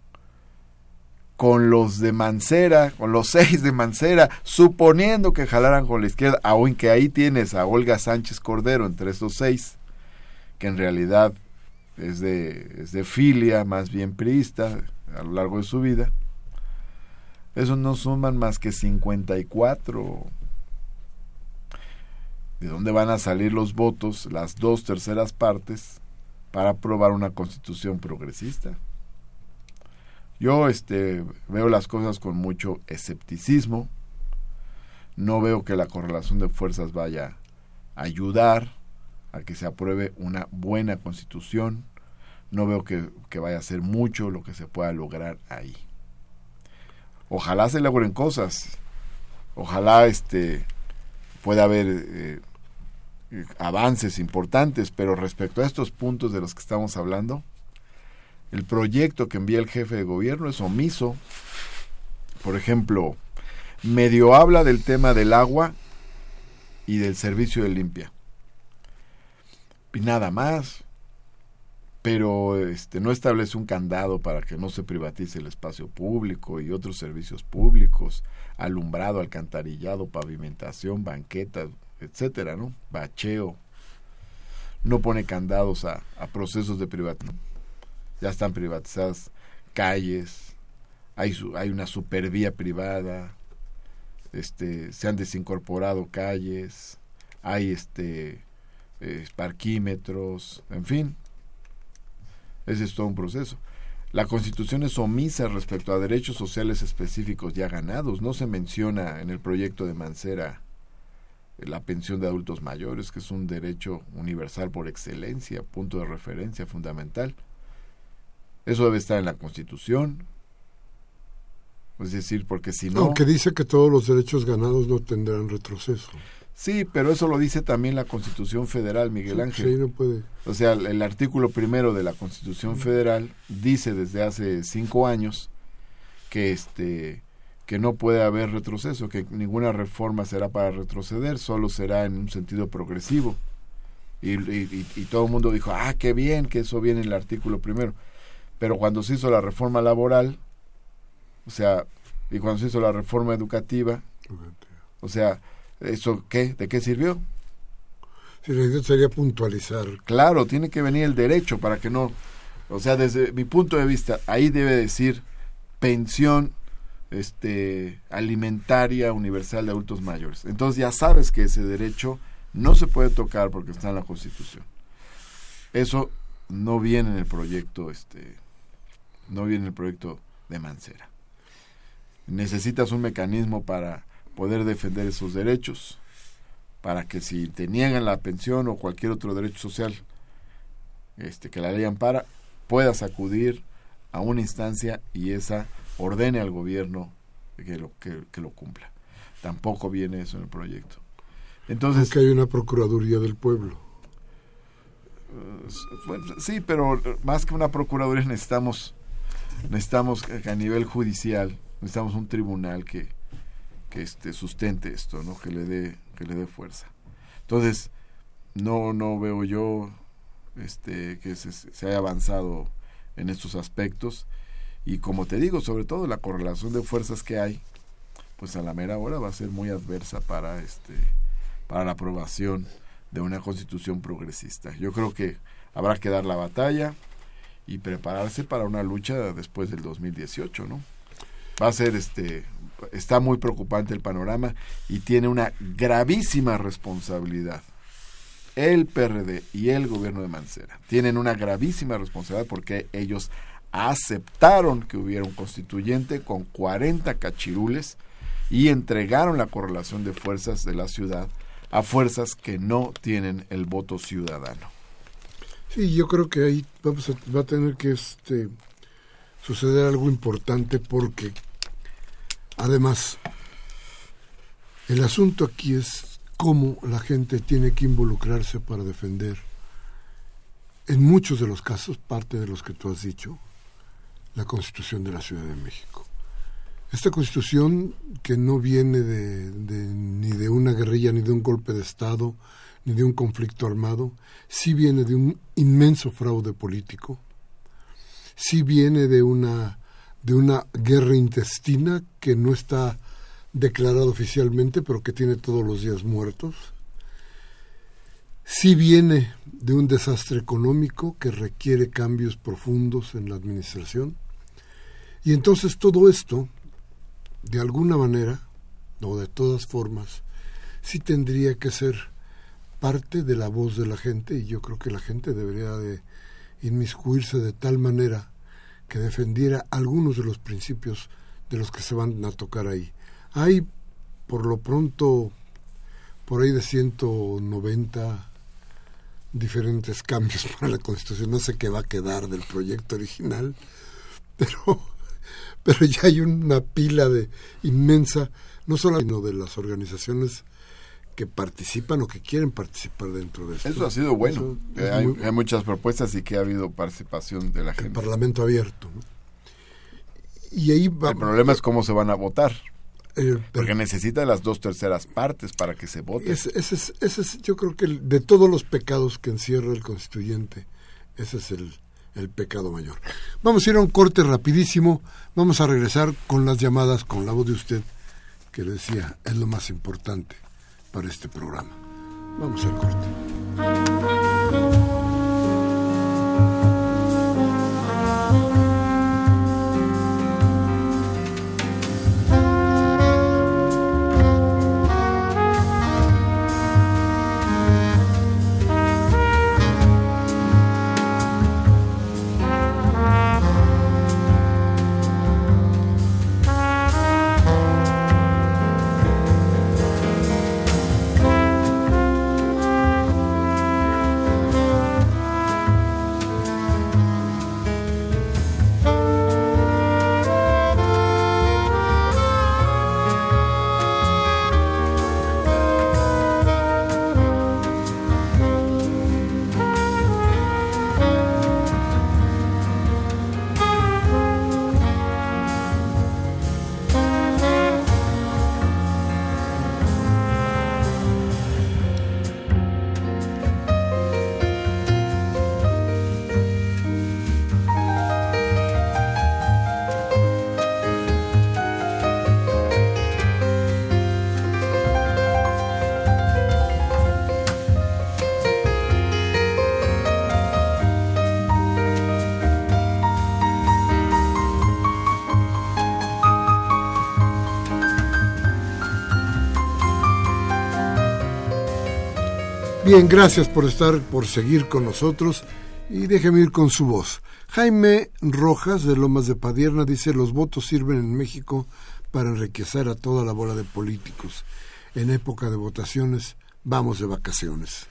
con los de Mancera, con los seis de Mancera, suponiendo que jalaran con la izquierda, aunque ahí tienes a Olga Sánchez Cordero entre esos seis, que en realidad es de, es de filia más bien priista a lo largo de su vida, esos no suman más que cincuenta y cuatro. ¿De dónde van a salir los votos, las dos terceras partes, para aprobar una constitución progresista? Yo este, veo las cosas con mucho escepticismo. No veo que la correlación de fuerzas vaya a ayudar a que se apruebe una buena constitución. No veo que, que vaya a ser mucho lo que se pueda lograr ahí. Ojalá se logren cosas. Ojalá este, pueda haber eh, avances importantes, pero respecto a estos puntos de los que estamos hablando, el proyecto que envía el jefe de gobierno es omiso. Por ejemplo, medio habla del tema del agua y del servicio de limpia, y nada más, pero este no establece un candado para que no se privatice el espacio público y otros servicios públicos, alumbrado, alcantarillado, pavimentación, banquetas, etcétera, ¿no? Bacheo. No pone candados a, a procesos de privatización. Ya están privatizadas calles, hay su, hay una supervía privada, este se han desincorporado calles, hay este eh, parquímetros, en fin, ese es todo un proceso. La Constitución es omisa respecto a derechos sociales específicos ya ganados. No se menciona en el proyecto de Mancera la pensión de adultos mayores, que es un derecho universal por excelencia, punto de referencia fundamental. Eso debe estar en la Constitución. Es decir, porque si no... Aunque dice que todos los derechos ganados no tendrán retroceso. Sí, pero eso lo dice también la Constitución Federal, Miguel Sí, Ángel. sí, no puede. O sea, el, el artículo primero de la Constitución Federal dice desde hace cinco años que este que no puede haber retroceso, que ninguna reforma será para retroceder, solo será en un sentido progresivo. Y, y, y, y todo el mundo dijo, ah, qué bien que eso viene en el artículo primero. Pero cuando se hizo la reforma laboral, o sea, y cuando se hizo la reforma educativa, o sea, ¿eso qué? ¿De qué sirvió? Sí, la idea sería puntualizar. Claro, tiene que venir el derecho para que no... O sea, desde mi punto de vista, ahí debe decir pensión este alimentaria universal de adultos mayores. Entonces ya sabes que ese derecho no se puede tocar porque está en la Constitución. Eso no viene en el proyecto, este, no viene en el proyecto de Mancera. Necesitas un mecanismo para poder defender esos derechos, para que si te niegan la pensión o cualquier otro derecho social este, que la ley ampara, puedas acudir a una instancia y esa ordene al gobierno que lo, que, que lo cumpla. Tampoco viene eso en el proyecto. Entonces, que hay una Procuraduría del Pueblo. Uh, sí, pero más que una Procuraduría necesitamos necesitamos que a nivel judicial, necesitamos un tribunal que que este sustente esto, ¿no? Que le dé que le dé fuerza. Entonces, no no veo yo este que se, se haya avanzado en estos aspectos, y como te digo, sobre todo la correlación de fuerzas que hay, pues a la mera hora va a ser muy adversa para este para la aprobación de una constitución progresista. Yo creo que habrá que dar la batalla y prepararse para una lucha después del dos mil dieciocho, ¿no? Va a ser este está muy preocupante el panorama y tiene una gravísima responsabilidad. El P R D y el gobierno de Mancera tienen una gravísima responsabilidad porque ellos aceptaron que hubiera un constituyente con cuarenta cachirules y entregaron la correlación de fuerzas de la ciudad a fuerzas que no tienen el voto ciudadano. Sí, yo creo que ahí vamos a, va a tener que este suceder algo importante porque además el asunto aquí es cómo la gente tiene que involucrarse para defender, en muchos de los casos, parte de los que tú has dicho, la Constitución de la Ciudad de México. Esta Constitución que no viene de, de, ni de una guerrilla, ni de un golpe de Estado, ni de un conflicto armado, sí viene de un inmenso fraude político, sí viene de una, de una guerra intestina que no está declarada oficialmente, pero que tiene todos los días muertos, sí viene de un desastre económico que requiere cambios profundos en la administración, y entonces todo esto, de alguna manera, o de todas formas, sí tendría que ser parte de la voz de la gente, y yo creo que la gente debería de inmiscuirse de tal manera que defendiera algunos de los principios de los que se van a tocar ahí. Hay, por lo pronto, por ahí de ciento noventa diferentes cambios para la Constitución. No sé qué va a quedar del proyecto original, pero... pero ya hay una pila de inmensa, no solo sino de las organizaciones que participan o que quieren participar dentro de esto. Eso ha sido bueno. Hay, muy, hay muchas propuestas y que ha habido participación de la gente. El Parlamento abierto, ¿no? Y ahí va, el problema es cómo se van a votar. Eh, porque necesita las dos terceras partes para que se vote. Ese, ese, es, ese es, yo creo que el, de todos los pecados que encierra el constituyente, ese es el, el pecado mayor. Vamos a ir a un corte rapidísimo. Vamos a regresar con las llamadas, con la voz de usted, que le decía, es lo más importante para este programa. Vamos al corte. Bien, gracias por estar, por seguir con nosotros y déjeme ir con su voz. Jaime Rojas de Lomas de Padierna dice: los votos sirven en México para enriquecer a toda la bola de políticos. En época de votaciones vamos de vacaciones.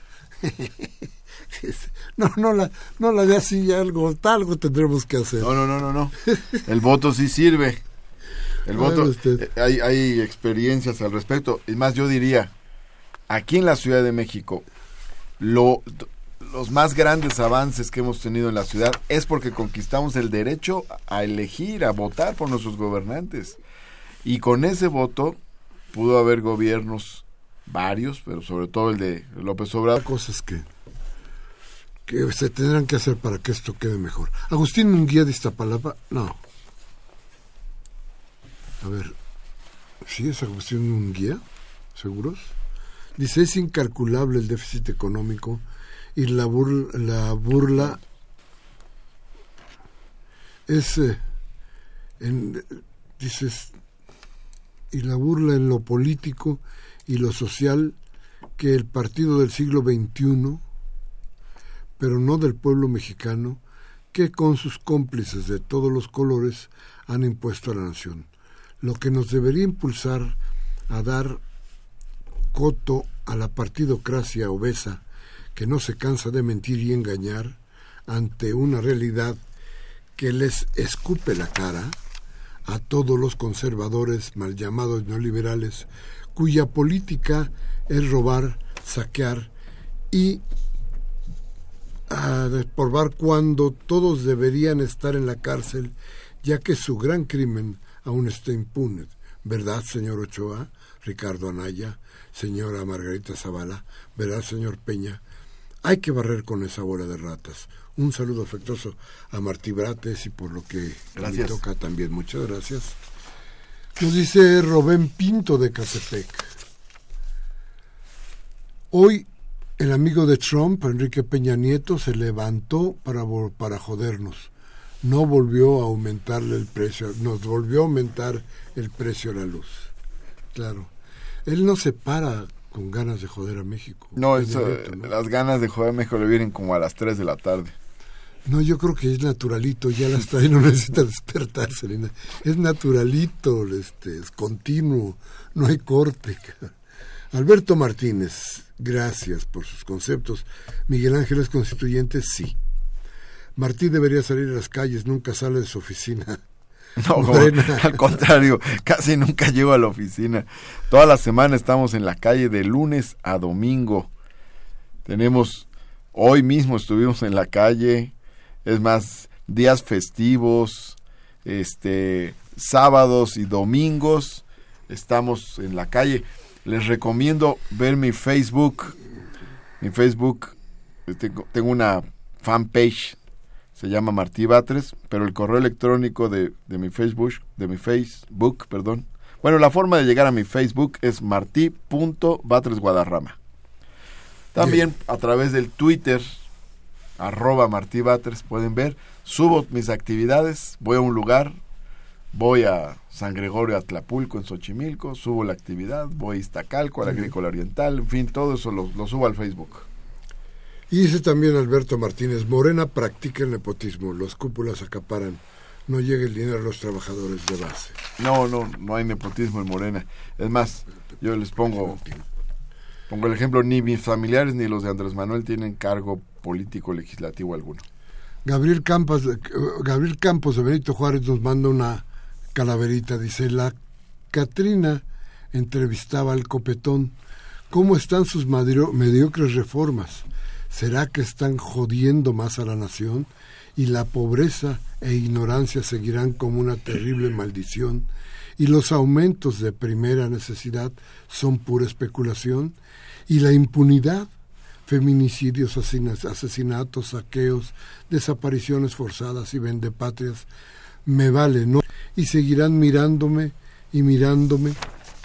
No, no la, no la de así, algo, algo tendremos que hacer. No, no, no, no, no. El voto sí sirve. El voto, eh, hay, hay experiencias al respecto. Es más, yo diría, aquí en la Ciudad de México, lo, los más grandes avances que hemos tenido en la ciudad es porque conquistamos el derecho a elegir, a votar por nuestros gobernantes. Y con ese voto pudo haber gobiernos, varios, pero sobre todo el de López Obrador. Cosas que, que se tendrán que hacer para que esto quede mejor. Agustín Munguía de Iztapalapa, no. A ver, ¿sí es Agustín Munguía? ¿Seguros? Dice: es incalculable el déficit económico y la burla, la burla es, eh, en, dices, y la burla en lo político y lo social que el partido del siglo veintiuno, pero no del pueblo mexicano, que con sus cómplices de todos los colores han impuesto a la nación. Lo que nos debería impulsar a dar coto a la partidocracia obesa que no se cansa de mentir y engañar ante una realidad que les escupe la cara a todos los conservadores mal llamados neoliberales, cuya política es robar, saquear y a desprobar cuando todos deberían estar en la cárcel, ya que su gran crimen aún está impune. ¿Verdad, señor Ochoa, Ricardo Anaya, señora Margarita Zavala? ¿Verdad, señor Peña? Hay que barrer con esa bola de ratas. Un saludo afectuoso a Martí Brates y por lo que gracias. Me toca también. Muchas gracias. Nos dice Rubén Pinto de Catepec: hoy el amigo de Trump, Enrique Peña Nieto, se levantó para, para jodernos. No volvió a aumentarle el precio, nos volvió a aumentar el precio a la luz. Claro, él no se para con ganas de joder a México. No, eso, directo, ¿no? Las ganas de joder a México le vienen como a las tres de la tarde. No, yo creo que es naturalito, ya las trae, no necesita despertarse, Elena. Es naturalito, este, es continuo, no hay corte. Alberto Martínez, gracias por sus conceptos. Miguel Ángel es constituyente, sí. Martí debería salir a las calles, nunca sale de su oficina. No, como, al contrario, casi nunca llego a la oficina. Toda la semana estamos en la calle de lunes a domingo. Tenemos, hoy mismo estuvimos en la calle, es más, días festivos, este, sábados y domingos, estamos en la calle. Les recomiendo ver mi Facebook, mi Facebook, tengo, tengo una fanpage, se llama Martí Batres, pero el correo electrónico de, de mi Facebook, de mi Facebook, perdón. Bueno, la forma de llegar a mi Facebook es martí punto batres guadarrama. También Bien. A través del Twitter, arroba Martí Batres, pueden ver, subo mis actividades, voy a un lugar, voy a San Gregorio Atlapulco en Xochimilco, subo la actividad, voy a Iztacalco, a la Agrícola Oriental, en fin, todo eso lo, lo subo al Facebook. Y dice también Alberto Martínez: Morena practica el nepotismo, las cúpulas acaparan, no llega el dinero a los trabajadores de base. No, no, no hay nepotismo en Morena. Es más, yo les pongo, pongo el ejemplo, ni mis familiares ni los de Andrés Manuel tienen cargo político legislativo alguno. Gabriel Campos, Gabriel Campos de Benito Juárez nos manda una calaverita, dice: la Catrina entrevistaba al copetón, ¿cómo están sus madrio- mediocres reformas? ¿Será que están jodiendo más a la nación? Y la pobreza e ignorancia seguirán como una terrible maldición, y los aumentos de primera necesidad son pura especulación, y la impunidad, feminicidios, asesinatos, saqueos, desapariciones forzadas y vendepatrias, me vale, ¿no? Y seguirán mirándome y mirándome,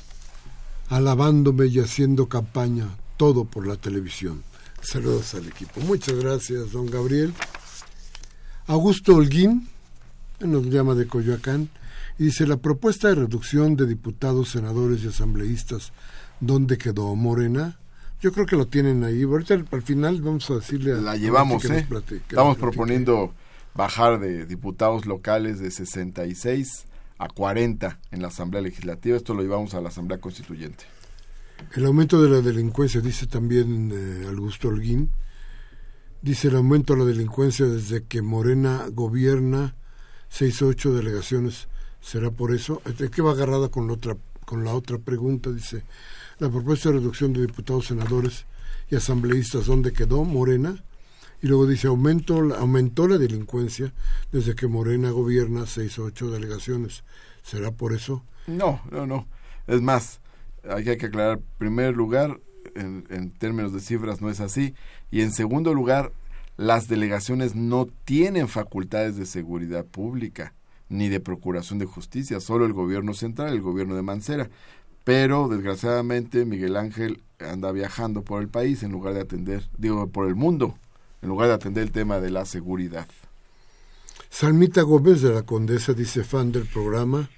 alabándome y haciendo campaña, todo por la televisión. Saludos al equipo. Muchas gracias, don Gabriel. Augusto Holguín nos llama de Coyoacán y dice: la propuesta de reducción de diputados, senadores y asambleístas, ¿dónde quedó Morena? Yo creo que lo tienen ahí. Ahorita al, al final vamos a decirle a la llevamos, a ¿eh? Platique, Estamos proponiendo bajar de diputados locales de sesenta y seis a cuarenta en la Asamblea Legislativa. Esto lo llevamos a la Asamblea Constituyente. El aumento de la delincuencia, dice también eh, Augusto Holguín, dice el aumento de la delincuencia desde que Morena gobierna, seis o ocho delegaciones, ¿será por eso? Es que va agarrada con la otra, con la otra pregunta, dice, la propuesta de reducción de diputados, senadores y asambleístas, ¿dónde quedó Morena? Y luego dice, aumento, aumentó la delincuencia desde que Morena gobierna, seis o ocho delegaciones, ¿será por eso? No, no, no, es más, hay que aclarar, en primer lugar, en, en términos de cifras no es así, y en segundo lugar, las delegaciones no tienen facultades de seguridad pública, ni de procuración de justicia, solo el gobierno central, el gobierno de Mancera, pero desgraciadamente Miguel Ángel anda viajando por el país en lugar de atender, digo, por el mundo, en lugar de atender el tema de la seguridad. Salmita Gómez de la Condesa dice, fan del programa.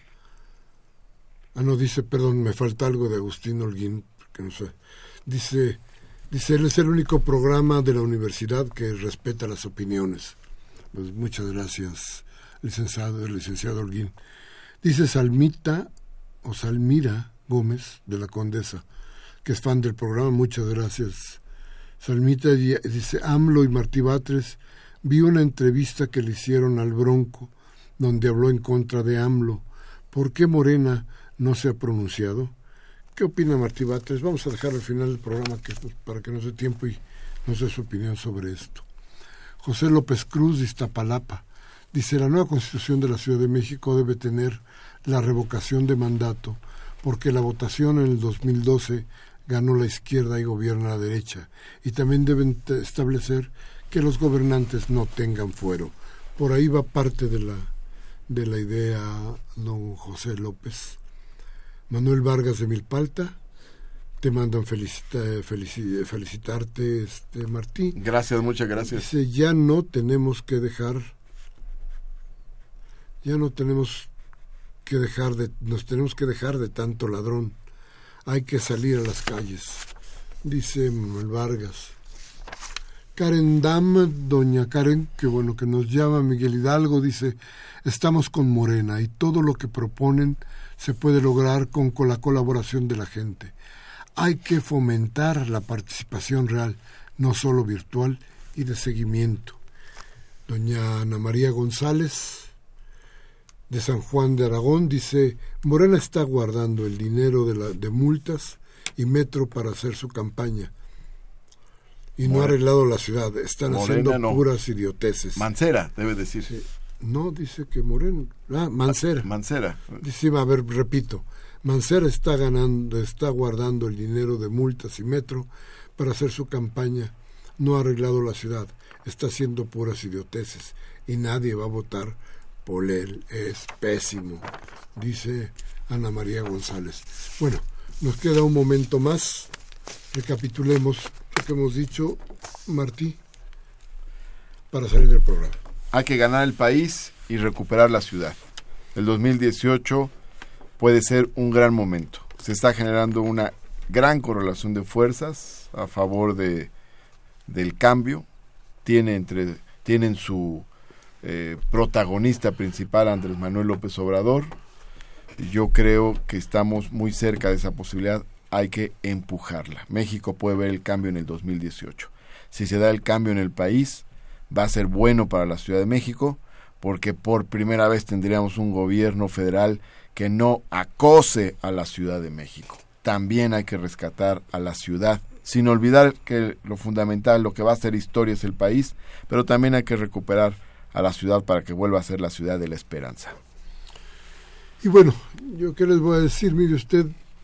Ah, no, dice, perdón, me falta algo de Agustín Holguín, porque no sé. Dice, dice, él es el único programa de la universidad que respeta las opiniones. Pues muchas gracias, licenciado, licenciado Holguín. Dice Salmita, o Salmira Gómez, de la Condesa, que es fan del programa, muchas gracias. Salmita dice, AMLO y Martí Batres, vi una entrevista que le hicieron al Bronco, donde habló en contra de AMLO. ¿Por qué Morena no se ha pronunciado? ¿Qué opina Martí Batres? Vamos a dejar al final del programa que, para que nos dé tiempo y nos dé su opinión sobre esto. José López Cruz de Iztapalapa dice, la nueva Constitución de la Ciudad de México debe tener la revocación de mandato, porque la votación en el dos mil doce ganó la izquierda y gobierna la derecha, y también deben establecer que los gobernantes no tengan fuero. Por ahí va parte de la, de la idea, don José López. Manuel Vargas de Milpalta, te mandan felicita, felici, felicitarte, este Martí. Gracias, muchas gracias. Dice, ya no tenemos que dejar, ya no tenemos que dejar de, nos tenemos que dejar de tanto ladrón. Hay que salir a las calles, dice Manuel Vargas. Karen Dam, doña Karen, que bueno que nos llama, Miguel Hidalgo, dice, estamos con Morena y todo lo que proponen se puede lograr con, con la colaboración de la gente. Hay que fomentar la participación real, no solo virtual y de seguimiento. Doña Ana María González, de San Juan de Aragón, dice, Morena está guardando el dinero de, la, de multas y metro para hacer su campaña. Y Morena no ha arreglado la ciudad, están Morena haciendo no. puras idioteces. Mancera, debe decir. Sí. No, dice que Morena, ah, Mancera. Mancera. Dice, a ver, repito, Mancera está ganando, está guardando el dinero de multas y metro para hacer su campaña. No ha arreglado la ciudad, está haciendo puras idioteces y nadie va a votar por él. Es pésimo, dice Ana María González. Bueno, nos queda un momento más. Recapitulemos lo que hemos dicho, Martí, para salir del programa. Hay que ganar el país y recuperar la ciudad. El dos mil dieciocho puede ser un gran momento. Se está generando una gran correlación de fuerzas a favor de del cambio. Tiene entre tienen su eh, protagonista principal, Andrés Manuel López Obrador. Yo creo que estamos muy cerca de esa posibilidad. Hay que empujarla. México puede ver el cambio en el dos mil dieciocho. Si se da el cambio en el país, va a ser bueno para la Ciudad de México, porque por primera vez tendríamos un gobierno federal que no acose a la Ciudad de México. También hay que rescatar a la ciudad, sin olvidar que lo fundamental, lo que va a hacer historia es el país, pero también hay que recuperar a la ciudad para que vuelva a ser la ciudad de la esperanza. Y bueno, yo qué les voy a decir, mire usted,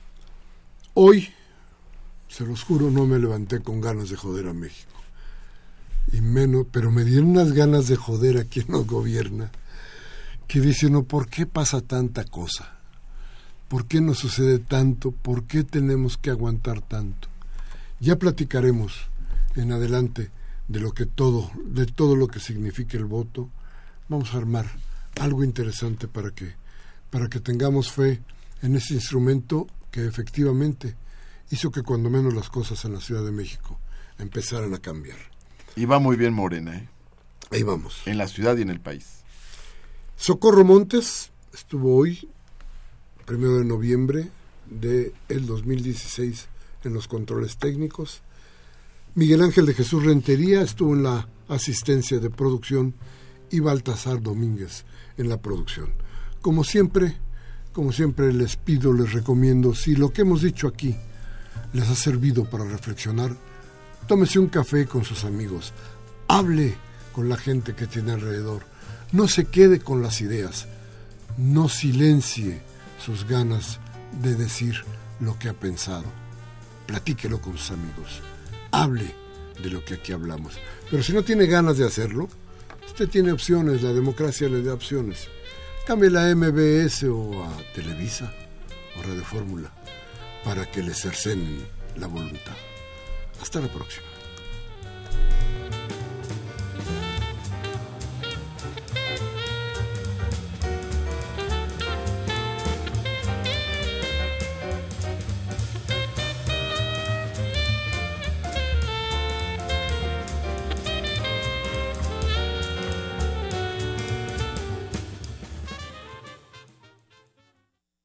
hoy, se los juro, no me levanté con ganas de joder a México. Y menos, pero me dieron unas ganas de joder a quien nos gobierna, que dice uno, ¿por qué pasa tanta cosa? ¿Por qué nos sucede tanto? ¿Por qué tenemos que aguantar tanto? Ya platicaremos en adelante de lo que todo, de todo lo que significa el voto. Vamos a armar algo interesante para que, para que tengamos fe en ese instrumento que efectivamente hizo que cuando menos las cosas en la Ciudad de México empezaran a cambiar. Y va muy bien Morena, ¿eh? Ahí vamos. En la ciudad y en el país. Socorro Montes estuvo hoy, primero de noviembre de el dos mil dieciséis, en los controles técnicos. Miguel Ángel de Jesús Rentería estuvo en la asistencia de producción y Baltasar Domínguez en la producción. Como siempre, como siempre les pido, les recomiendo, si lo que hemos dicho aquí les ha servido para reflexionar, tómese un café con sus amigos, hable con la gente que tiene alrededor, no se quede con las ideas, no silencie sus ganas de decir lo que ha pensado, platíquelo con sus amigos, hable de lo que aquí hablamos. Pero si no tiene ganas de hacerlo, usted tiene opciones, la democracia le da opciones. Cámbiela a M B S o a Televisa o Radio Fórmula para que le cercenen la voluntad. Hasta la próxima.